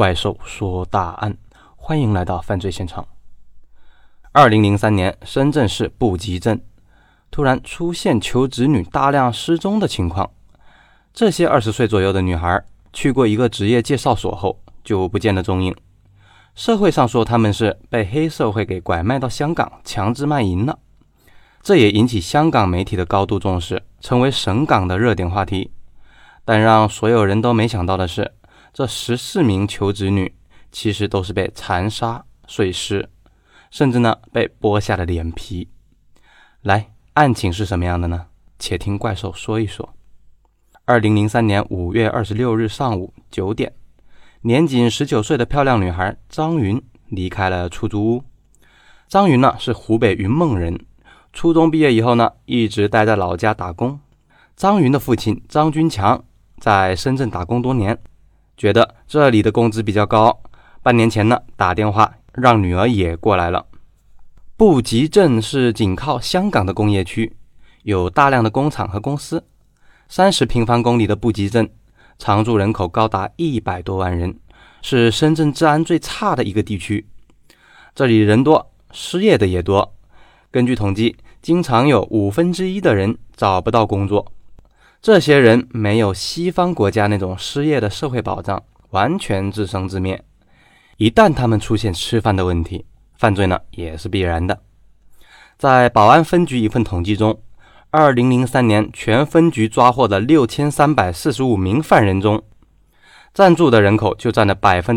怪兽说大案，欢迎来到犯罪现场。2003年，深圳市布吉镇突然出现求职女大量失踪的情况。这些20岁左右的女孩去过一个职业介绍所后就不见了踪影。社会上说她们是被黑社会给拐卖到香港强制卖淫了，这也引起香港媒体的高度重视，成为省港的热点话题。但让所有人都没想到的是，这14名求职女其实都是被残杀碎尸，甚至呢被剥下了脸皮。来，案情是什么样的呢？且听怪兽说一说。2003年5月26日上午9点，年仅19岁的漂亮女孩张云离开了出租屋。张云呢是湖北云梦人，初中毕业以后呢一直待在老家打工。张云的父亲张军强在深圳打工多年，觉得这里的工资比较高，半年前呢打电话让女儿也过来了。布吉镇是紧靠香港的工业区，有大量的工厂和公司。30平方公里的布吉镇，常住人口高达100多万人，是深圳治安最差的一个地区。这里人多，失业的也多。根据统计，经常有1/5的人找不到工作。这些人没有西方国家那种失业的社会保障，完全自生自灭。一旦他们出现吃饭的问题，犯罪呢也是必然的。在保安分局一份统计中，2003年全分局抓获的6345名犯人中，暂住的人口就占了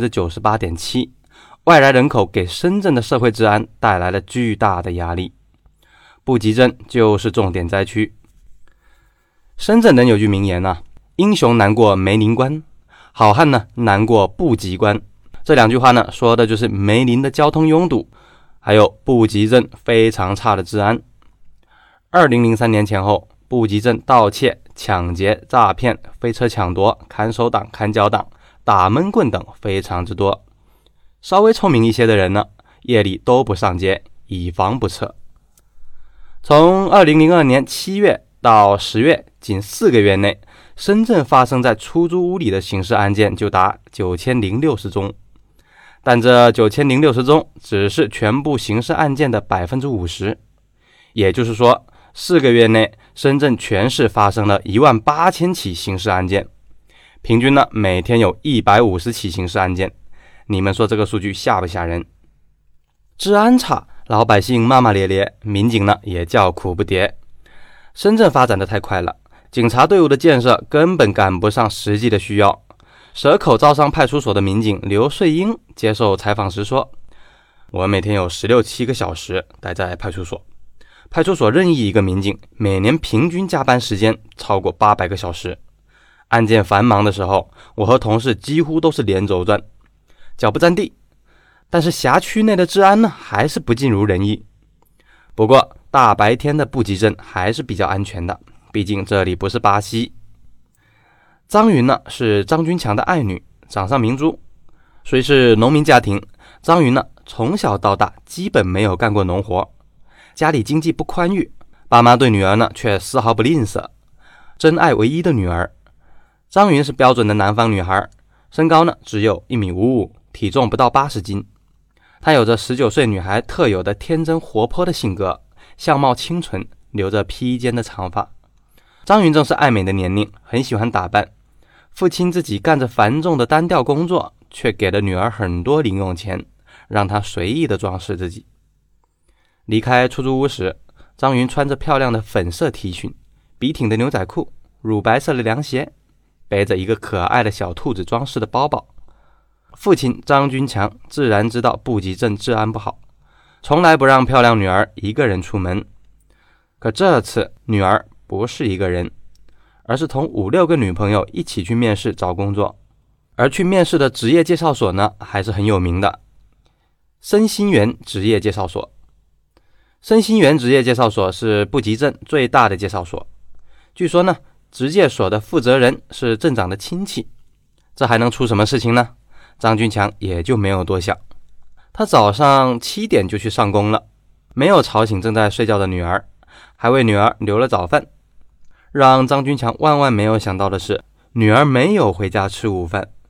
98.7%， 外来人口给深圳的社会治安带来了巨大的压力。布吉镇就是重点灾区。深圳人有句名言英雄难过梅林关，好汉呢难过布吉关。这两句话呢说的就是梅林的交通拥堵，还有布吉镇非常差的治安。2003年前后，布吉镇盗窃、抢劫、诈骗、飞车抢夺、看守党、看交党、打闷棍等非常之多。稍微聪明一些的人呢，夜里都不上街，以防不测。从2002年7月到10月，仅4个月内，深圳发生在出租屋里的刑事案件就达9060宗。但这9060宗只是全部刑事案件的 50%， 也就是说4个月内，深圳全市发生了18000起刑事案件，平均呢每天有150起刑事案件。你们说这个数据吓不吓人？治安差，老百姓骂骂咧咧，民警呢也叫苦不迭。深圳发展的太快了，警察队伍的建设根本赶不上实际的需要。蛇口招商派出所的民警刘穗英接受采访时说，我每天有16-17个小时待在派出所，派出所任意一个民警每年平均加班时间超过800个小时。案件繁忙的时候，我和同事几乎都是连轴转，脚不沾地。但是辖区内的治安呢，还是不尽如人意。不过大白天的布吉镇还是比较安全的，毕竟这里不是巴西。张云呢是张军强的爱女，掌上明珠。虽是农民家庭，张云呢从小到大基本没有干过农活，家里经济不宽裕，爸妈对女儿呢却丝毫不吝啬，真爱唯一的女儿。张云是标准的南方女孩，身高呢只有1.55米，体重不到80斤。她有着19岁女孩特有的天真活泼的性格，相貌清纯，留着披肩的长发。张云正是爱美的年龄，很喜欢打扮。父亲自己干着繁重的单调工作，却给了女儿很多零用钱，让她随意的装饰自己。离开出租屋时，张云穿着漂亮的粉色 T 恤、笔挺的牛仔裤、乳白色的凉鞋，背着一个可爱的小兔子装饰的包包。父亲张军强自然知道布吉镇治安不好，从来不让漂亮女儿一个人出门。可这次女儿不是一个人，而是同5-6个女朋友一起去面试找工作。而去面试的职业介绍所呢，还是很有名的，申新源职业介绍所。申新源职业介绍所是布吉镇最大的介绍所，据说呢，职介所的负责人是镇长的亲戚。这还能出什么事情呢？张军强也就没有多想，他早上7点就去上工了，没有吵醒正在睡觉的女儿，还为女儿留了早饭。让张军强万万没有想到的是，女儿没有回家吃午饭，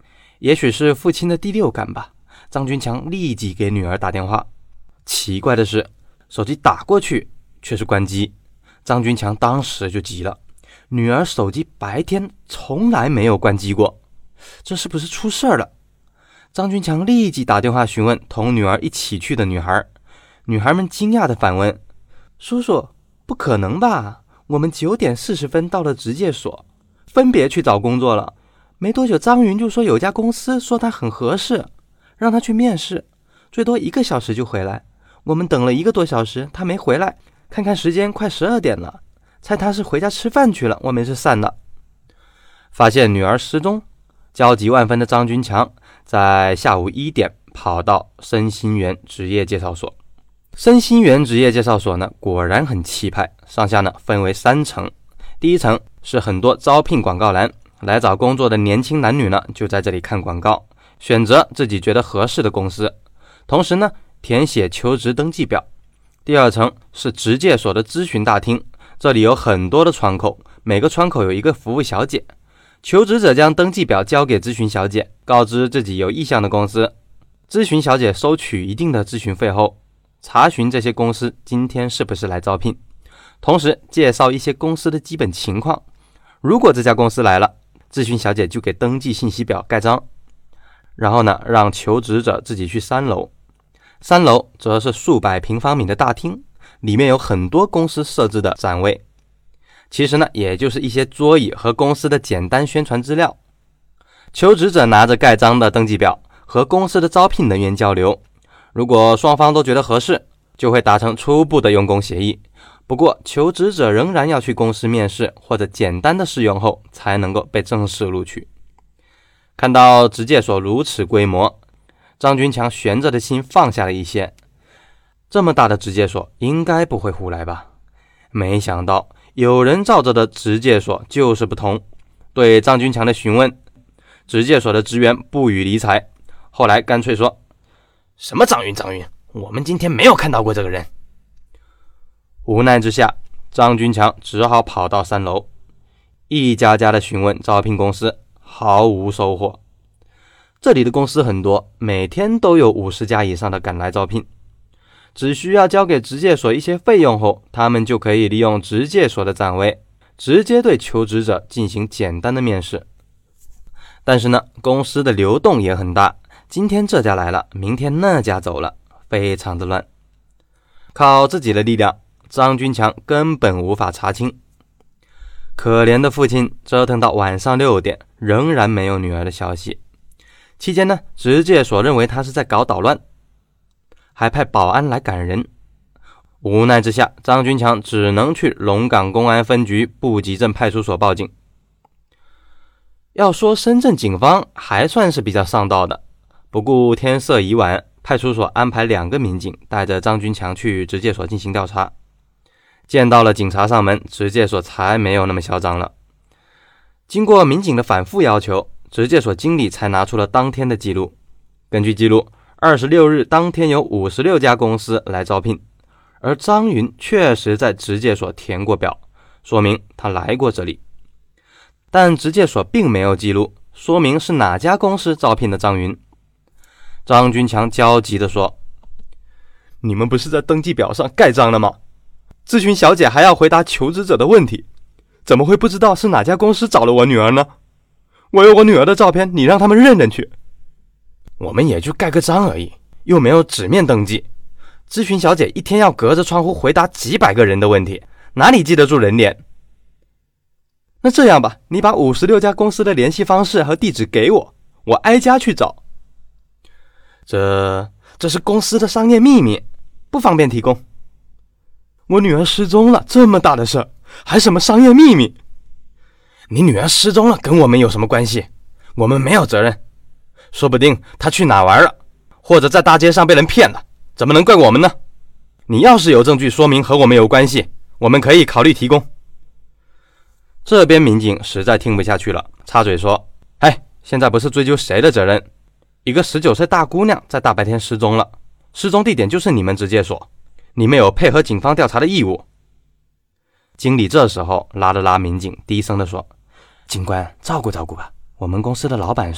也许是父亲的第六感吧，张军强立即给女儿打电话。奇怪的是，手机打过去却是关机。张军强当时就急了，女儿手机白天从来没有关机过，这是不是出事了？张军强立即打电话询问同女儿一起去的女孩，女孩们惊讶地反问：叔叔，不可能吧？我们9点40分到了职介所，分别去找工作了。没多久，张云就说有家公司说他很合适，让他去面试，最多1个小时就回来。我们等了1个多小时，他没回来，看看时间快12点了，猜他是回家吃饭去了，我们是散了。发现女儿失踪，焦急万分的张军强在下午1点跑到身心园职业介绍所。身心园职业介绍所呢，果然很气派，上下呢分为3层。第一层是很多招聘广告栏，来找工作的年轻男女呢就在这里看广告，选择自己觉得合适的公司，同时呢填写求职登记表。第二层是职介所的咨询大厅，这里有很多的窗口，每个窗口有一个服务小姐，求职者将登记表交给咨询小姐，告知自己有意向的公司。咨询小姐收取一定的咨询费后，查询这些公司今天是不是来招聘，同时介绍一些公司的基本情况。如果这家公司来了，咨询小姐就给登记信息表盖章，然后呢让求职者自己去3楼。3楼则是数百平方米的大厅，里面有很多公司设置的展位，其实呢也就是一些桌椅和公司的简单宣传资料。求职者拿着盖章的登记表和公司的招聘人员交流，如果双方都觉得合适，就会达成初步的用工协议。不过求职者仍然要去公司面试或者简单的试用后才能够被正式录取。看到职介所如此规模，张军强悬着的心放下了一些。这么大的职介所应该不会胡来吧？没想到有人罩着的职介所就是不同。对张军强的询问，职介所的职员不予理睬，后来干脆说：什么张云，我们今天没有看到过这个人。无奈之下，张军强只好跑到3楼，一家家的询问招聘公司，毫无收获。这里的公司很多，每天都有50家以上的赶来招聘，只需要交给职介所一些费用后，他们就可以利用职介所的展位，直接对求职者进行简单的面试。但是呢，公司的流动也很大，今天这家来了，明天那家走了，非常的乱。靠自己的力量，张军强根本无法查清。可怜的父亲折腾到晚上6点，仍然没有女儿的消息。期间呢，职介所认为他是在搞捣乱，还派保安来赶人。无奈之下，张军强只能去龙岗公安分局布吉镇派出所报警。要说深圳警方还算是比较上道的，不顾天色已晚，派出所安排2个民警带着张军强去职介所进行调查。见到了警察上门，职介所才没有那么嚣张了。经过民警的反复要求，职介所经理才拿出了当天的记录。根据记录，26日当天有56家公司来招聘，而张云确实在职介所填过表，说明他来过这里。但职介所并没有记录，说明是哪家公司招聘的张云。张军强焦急地说：你们不是在登记表上盖章了吗？咨询小姐还要回答求职者的问题，怎么会不知道是哪家公司找了我女儿呢？我有我女儿的照片，你让他们认认去。我们也就盖个章而已，又没有纸面登记。咨询小姐一天要隔着窗户回答几百个人的问题，哪里记得住人脸？那这样吧，你把56家公司的联系方式和地址给我，我挨家去找。这是公司的商业秘密，不方便提供。我女儿失踪了，这么大的事，还什么商业秘密？你女儿失踪了跟我们有什么关系？我们没有责任，说不定她去哪玩了，或者在大街上被人骗了，怎么能怪我们呢？你要是有证据说明和我们有关系，我们可以考虑提供。这边民警实在听不下去了，插嘴说：现在不是追究谁的责任，一个19岁大姑娘在大白天失踪了，失踪地点就是你们职介所，你们有配合警方调查的义务。经理这时候拉了拉民警，低声地说：警官，照顾照顾吧，我们公司的老板是，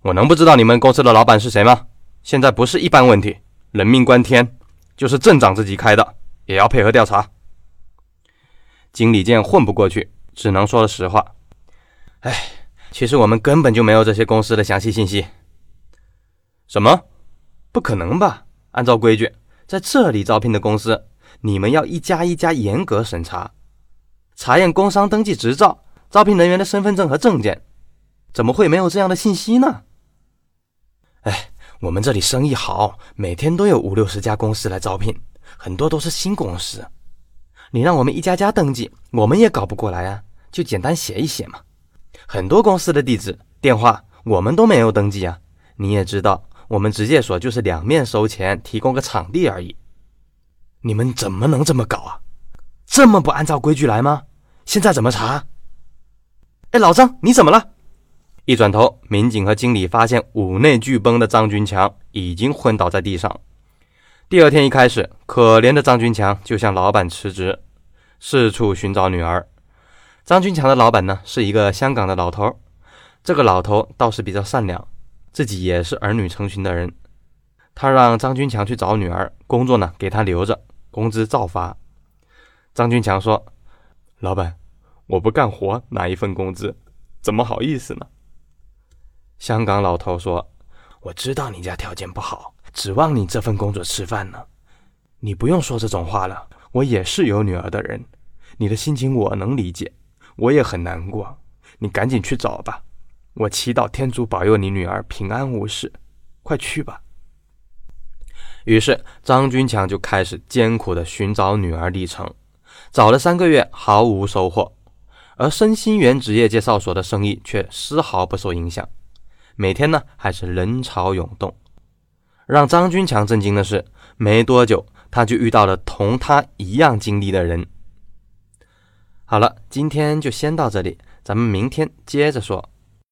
我能不知道你们公司的老板是谁吗？现在不是一般问题，人命关天，就是镇长自己开的，也要配合调查。经理见混不过去，只能说了实话。其实我们根本就没有这些公司的详细信息。什么？不可能吧？按照规矩，在这里招聘的公司，你们要一家一家严格审查，查验工商登记执照、招聘人员的身份证和证件，怎么会没有这样的信息呢？我们这里生意好，每天都有50-60家公司来招聘，很多都是新公司。你让我们一家家登记，我们也搞不过来啊，就简单写一写嘛。很多公司的地址、电话我们都没有登记啊。你也知道，我们直介所就是两面收钱，提供个场地而已。你们怎么能这么搞啊？这么不按照规矩来吗？现在怎么查？老张，你怎么了？一转头，民警和经理发现五内俱崩的张军强已经昏倒在地上。第二天一开始，可怜的张军强就向老板辞职，四处寻找女儿。张军强的老板呢，是一个香港的老头，这个老头倒是比较善良，自己也是儿女成群的人。他让张军强去找女儿，工作呢给他留着，工资照发。张军强说：老板，我不干活拿一份工资，怎么好意思呢？香港老头说：我知道你家条件不好，指望你这份工作吃饭呢。你不用说这种话了，我也是有女儿的人，你的心情我能理解，我也很难过，你赶紧去找吧，我祈祷天主保佑你女儿平安无事，快去吧。于是张军强就开始艰苦的寻找女儿历程，找了3个月毫无收获，而身心园职业介绍所的生意却丝毫不受影响，每天呢还是人潮涌动。让张军强震惊的是，没多久他就遇到了同他一样经历的人。好了，今天就先到这里，咱们明天接着说。